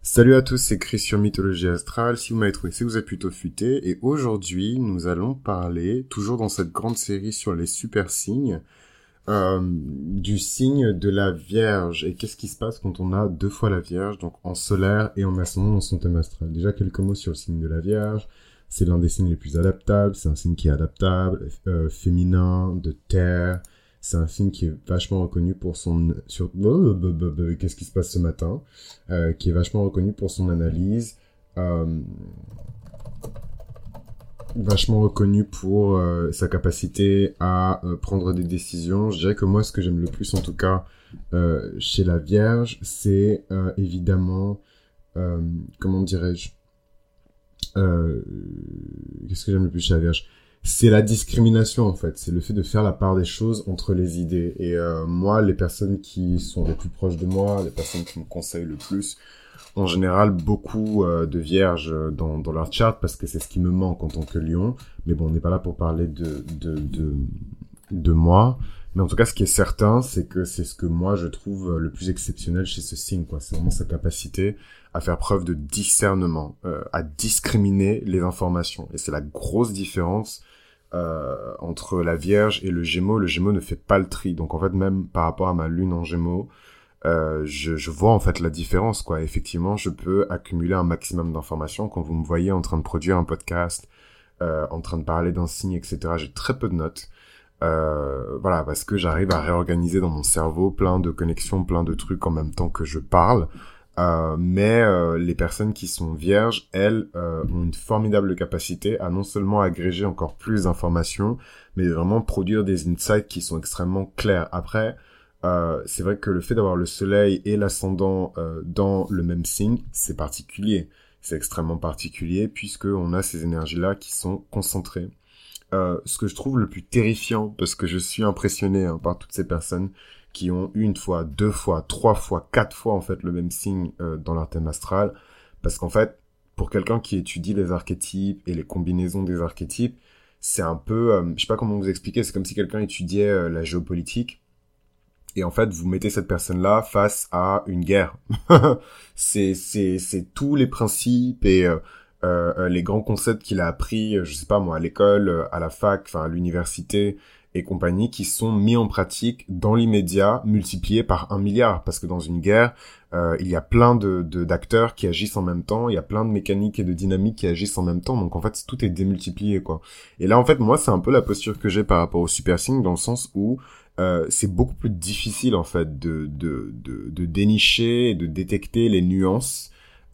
Salut à tous, c'est Chris sur Mythologie Astrale. Si vous m'avez trouvé, c'est que vous êtes plutôt futé. Et aujourd'hui, nous allons parler, toujours dans cette grande série sur les super signes, du signe de la Vierge. Et qu'est-ce qui se passe quand on a deux fois la Vierge, donc en solaire et en ascendant dans son thème astral. Déjà, quelques mots sur le signe de la Vierge. C'est l'un des signes les plus adaptables. C'est un signe qui est adaptable, féminin, de terre. C'est un signe qui est vachement reconnu pour son... Qu'est-ce qui se passe ce matin qui est vachement reconnu pour son analyse, vachement reconnu pour sa capacité à prendre des décisions. Je dirais que moi, ce que j'aime le plus, en tout cas, chez la Vierge, c'est évidemment... comment dirais-je qu'est-ce que j'aime le plus chez la Vierge? C'est la discrimination, en fait. C'est le fait de faire la part des choses entre les idées. Et moi, les personnes qui sont les plus proches de moi, les personnes qui me conseillent le plus, en général, beaucoup de vierges dans leur chart, parce que c'est ce qui me manque en tant que lion. Mais bon, on n'est pas là pour parler de moi. Mais en tout cas, ce qui est certain, c'est que c'est ce que moi, je trouve le plus exceptionnel chez ce signe, quoi. C'est vraiment sa capacité à faire preuve de discernement, à discriminer les informations. Et c'est la grosse différence entre la Vierge et le Gémeaux. Le Gémeaux ne fait pas le tri. Donc en fait, même par rapport à ma lune en Gémeaux, je vois en fait la différence, quoi. Effectivement, je peux accumuler un maximum d'informations. Quand vous me voyez en train de produire un podcast, en train de parler d'un signe, etc., j'ai très peu de notes. Voilà, parce que j'arrive à réorganiser dans mon cerveau plein de connexions, plein de trucs en même temps que je parle. Mais les personnes qui sont vierges, elles, ont une formidable capacité à non seulement agréger encore plus d'informations, mais vraiment produire des insights qui sont extrêmement clairs. Après, c'est vrai que le fait d'avoir le soleil et l'ascendant dans le même signe, c'est particulier. C'est extrêmement particulier puisque on a ces énergies-là qui sont concentrées. Ce que je trouve le plus terrifiant, parce que je suis impressionné par toutes ces personnes qui ont une fois, deux fois, trois fois, quatre fois en fait le même signe dans leur thème astral, parce qu'en fait, pour quelqu'un qui étudie les archétypes et les combinaisons des archétypes, c'est un peu, je sais pas comment vous expliquer, c'est comme si quelqu'un étudiait la géopolitique, et en fait, vous mettez cette personne-là face à une guerre. c'est tous les principes et les grands concepts qu'il a appris, je sais pas moi, à l'école, à la fac, enfin à l'université et compagnie, qui sont mis en pratique dans l'immédiat, multipliés par 1 milliard. Parce que dans une guerre, il y a plein d'acteurs qui agissent en même temps, il y a plein de mécaniques et de dynamiques qui agissent en même temps, donc en fait, tout est démultiplié, quoi. Et là, en fait, moi, c'est un peu la posture que j'ai par rapport au super signe, dans le sens où c'est beaucoup plus difficile, en fait, de dénicher et de détecter les nuances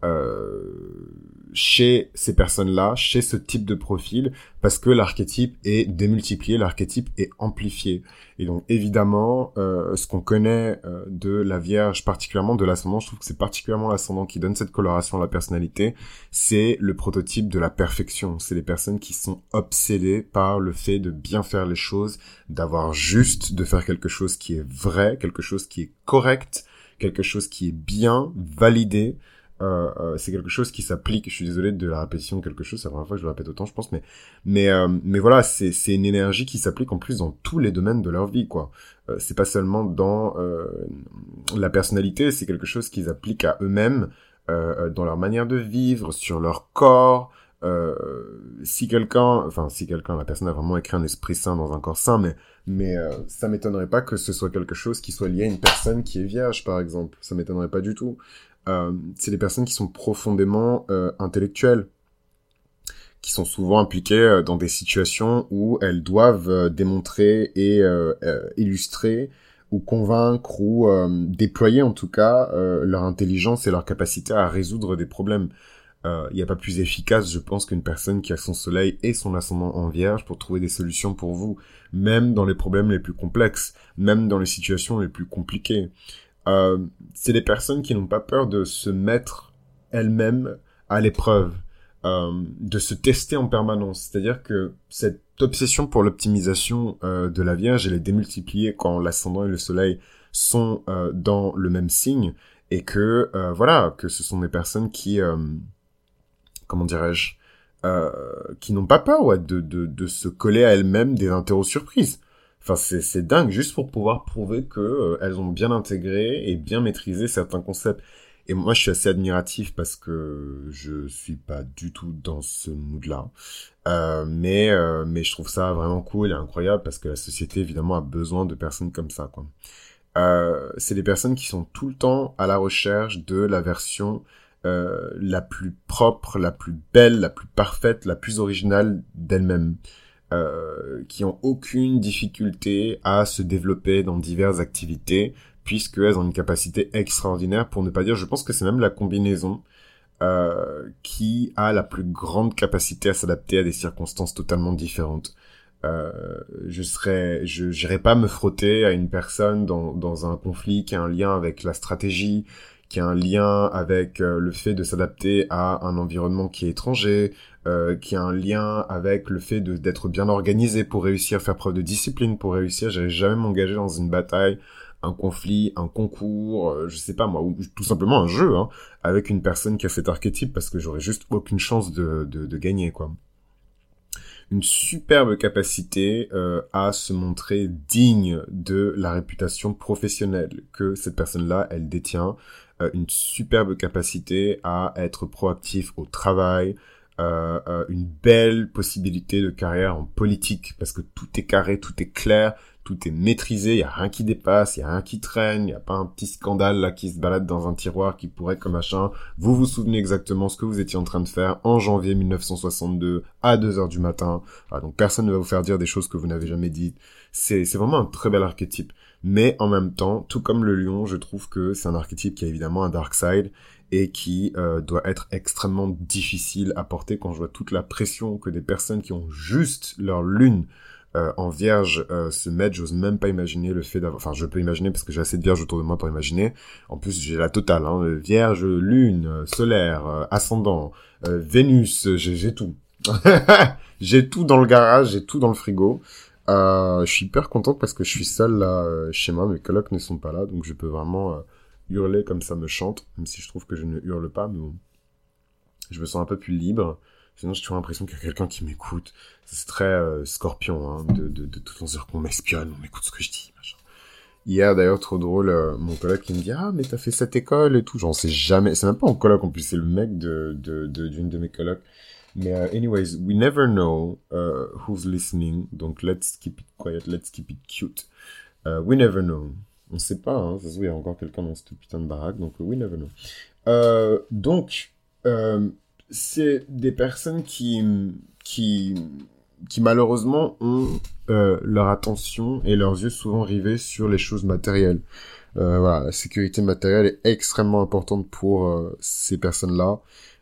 chez ces personnes-là, chez ce type de profil, parce que l'archétype est démultiplié, l'archétype est amplifié. Et donc évidemment, ce qu'on connaît de la Vierge, particulièrement de l'ascendant, je trouve que c'est particulièrement l'ascendant qui donne cette coloration à la personnalité, c'est le prototype de la perfection. C'est les personnes qui sont obsédées par le fait de bien faire les choses, d'avoir juste, de faire quelque chose qui est vrai, quelque chose qui est correct, quelque chose qui est bien, validé. C'est quelque chose qui s'applique. Je suis désolé de la répétition de quelque chose, c'est la première fois que je le répète autant, je pense, mais voilà, c'est une énergie qui s'applique en plus dans tous les domaines de leur vie, quoi. C'est pas seulement dans la personnalité, c'est quelque chose qu'ils appliquent à eux-mêmes, dans leur manière de vivre, sur leur corps. Si quelqu'un, la personne a vraiment écrit un esprit sain dans un corps sain, mais ça m'étonnerait pas que ce soit quelque chose qui soit lié à une personne qui est vierge, par exemple. Ça m'étonnerait pas du tout. C'est des personnes qui sont profondément intellectuelles, qui sont souvent impliquées dans des situations où elles doivent démontrer et illustrer ou convaincre ou déployer en tout cas leur intelligence et leur capacité à résoudre des problèmes. Il n'y a pas plus efficace, je pense, qu'une personne qui a son soleil et son ascendant en vierge pour trouver des solutions pour vous, même dans les problèmes les plus complexes, même dans les situations les plus compliquées. C'est des personnes qui n'ont pas peur de se mettre elles-mêmes à l'épreuve, de se tester en permanence. C'est-à-dire que cette obsession pour l'optimisation de la Vierge, elle est démultipliée quand l'ascendant et le soleil sont dans le même signe, et que voilà, que ce sont des personnes qui comment dirais-je, qui n'ont pas peur de se coller à elles-mêmes des interros surprises. Enfin, c'est dingue, juste pour pouvoir prouver que elles ont bien intégré et bien maîtrisé certains concepts. Et moi, je suis assez admiratif parce que je suis pas du tout dans ce mood-là. Mais je trouve ça vraiment cool et incroyable parce que la société, évidemment, a besoin de personnes comme ça, quoi. C'est des personnes qui sont tout le temps à la recherche de la version la plus propre, la plus belle, la plus parfaite, la plus originale d'elles-mêmes. Qui ont aucune difficulté à se développer dans diverses activités, puisqu'elles ont une capacité extraordinaire, pour ne pas dire, je pense que c'est même la combinaison qui a la plus grande capacité à s'adapter à des circonstances totalement différentes. J'irai pas me frotter à une personne dans un conflit qui a un lien avec la stratégie, qui a un lien avec le fait de s'adapter à un environnement qui est étranger, qui a un lien avec le fait d'être bien organisé pour réussir, faire preuve de discipline pour réussir. J'allais jamais m'engager dans une bataille, un conflit, un concours, je sais pas moi, ou tout simplement un jeu, hein, avec une personne qui a cet archétype parce que j'aurais juste aucune chance de gagner, quoi. Une superbe capacité à se montrer digne de la réputation professionnelle que cette personne-là, elle détient. Une superbe capacité à être proactif au travail, une belle possibilité de carrière en politique, parce que tout est carré, tout est clair, tout est maîtrisé, il y a rien qui dépasse, il y a rien qui traîne, il y a pas un petit scandale là qui se balade dans un tiroir qui pourrait comme machin. Vous vous souvenez exactement ce que vous étiez en train de faire en janvier 1962 à 2h du matin. Voilà, donc personne ne va vous faire dire des choses que vous n'avez jamais dites. C'est vraiment un très bel archétype. Mais en même temps, tout comme le lion, je trouve que c'est un archétype qui a évidemment un dark side et qui doit être extrêmement difficile à porter quand je vois toute la pression que des personnes qui ont juste leur lune en vierge se mettent. J'ose même pas imaginer le fait d'avoir... Enfin, je peux imaginer parce que j'ai assez de vierges autour de moi pour imaginer. En plus, j'ai la totale, hein. Vierge, lune, solaire, ascendant, Vénus, j'ai tout. J'ai tout dans le garage, j'ai tout dans le frigo. Je suis hyper content parce que je suis seul là chez moi, mes colocs ne sont pas là, donc je peux vraiment hurler comme ça me chante, même si je trouve que je ne hurle pas, mais bon, je me sens un peu plus libre. Sinon, j'ai toujours l'impression qu'il y a quelqu'un qui m'écoute. C'est très scorpion, hein, de tout temps dire qu'on m'espionne, on m'écoute ce que je dis, machin. Hier, d'ailleurs, trop drôle, mon coloc qui me dit « Ah, mais t'as fait cette école et tout. » J'en sais jamais. C'est même pas un coloc, en plus, c'est le mec d'une de mes colocs. Mais anyways, we never know who's listening. Donc, let's keep it quiet, let's keep it cute. We never know. On sait pas, hein. Ça se trouve, il y a encore quelqu'un dans cette putain de baraque. Donc, we never know. Donc, c'est des personnes qui malheureusement ont leur attention et leurs yeux souvent rivés sur les choses matérielles. Voilà, la sécurité matérielle est extrêmement importante pour ces personnes-là.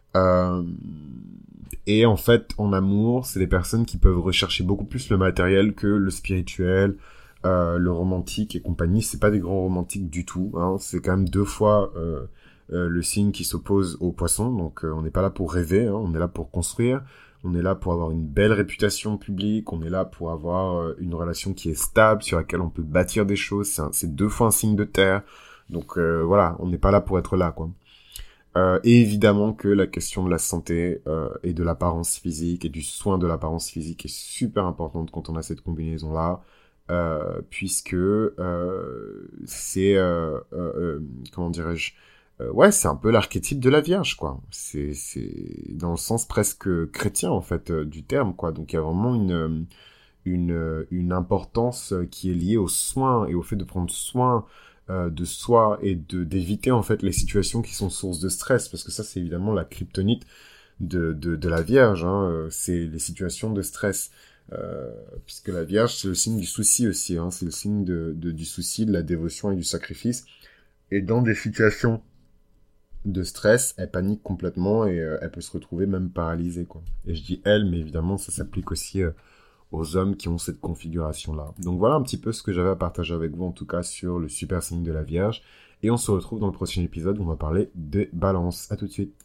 Et en fait, en amour, c'est des personnes qui peuvent rechercher beaucoup plus le matériel que le spirituel, le romantique et compagnie. C'est pas des grands romantiques du tout, hein. C'est quand même 2 fois le signe qui s'oppose au poisson. Donc on n'est pas là pour rêver, hein. On est là pour construire. On est là pour avoir une belle réputation publique. On est là pour avoir une relation qui est stable, sur laquelle on peut bâtir des choses. C'est 2 fois un signe de terre. Donc voilà, on n'est pas là pour être là, quoi. Et évidemment que la question de la santé et de l'apparence physique et du soin de l'apparence physique est super importante quand on a cette combinaison-là, puisque c'est, comment dirais-je, ouais, c'est un peu l'archétype de la Vierge, quoi. C'est dans le sens presque chrétien, en fait, du terme, quoi. Donc il y a vraiment une importance qui est liée aux soins et au fait de prendre soin de soi et d'éviter en fait les situations qui sont source de stress, parce que ça c'est évidemment la kryptonite de la Vierge, hein, c'est les situations de stress, puisque la Vierge c'est le signe du souci aussi, hein, c'est le signe du souci, de la dévotion et du sacrifice, et dans des situations de stress, elle panique complètement et elle peut se retrouver même paralysée, quoi. Et je dis elle, mais évidemment ça s'applique aussi aux hommes qui ont cette configuration-là. Donc voilà un petit peu ce que j'avais à partager avec vous, en tout cas sur le super signe de la Vierge. Et on se retrouve dans le prochain épisode où on va parler des balances. À tout de suite.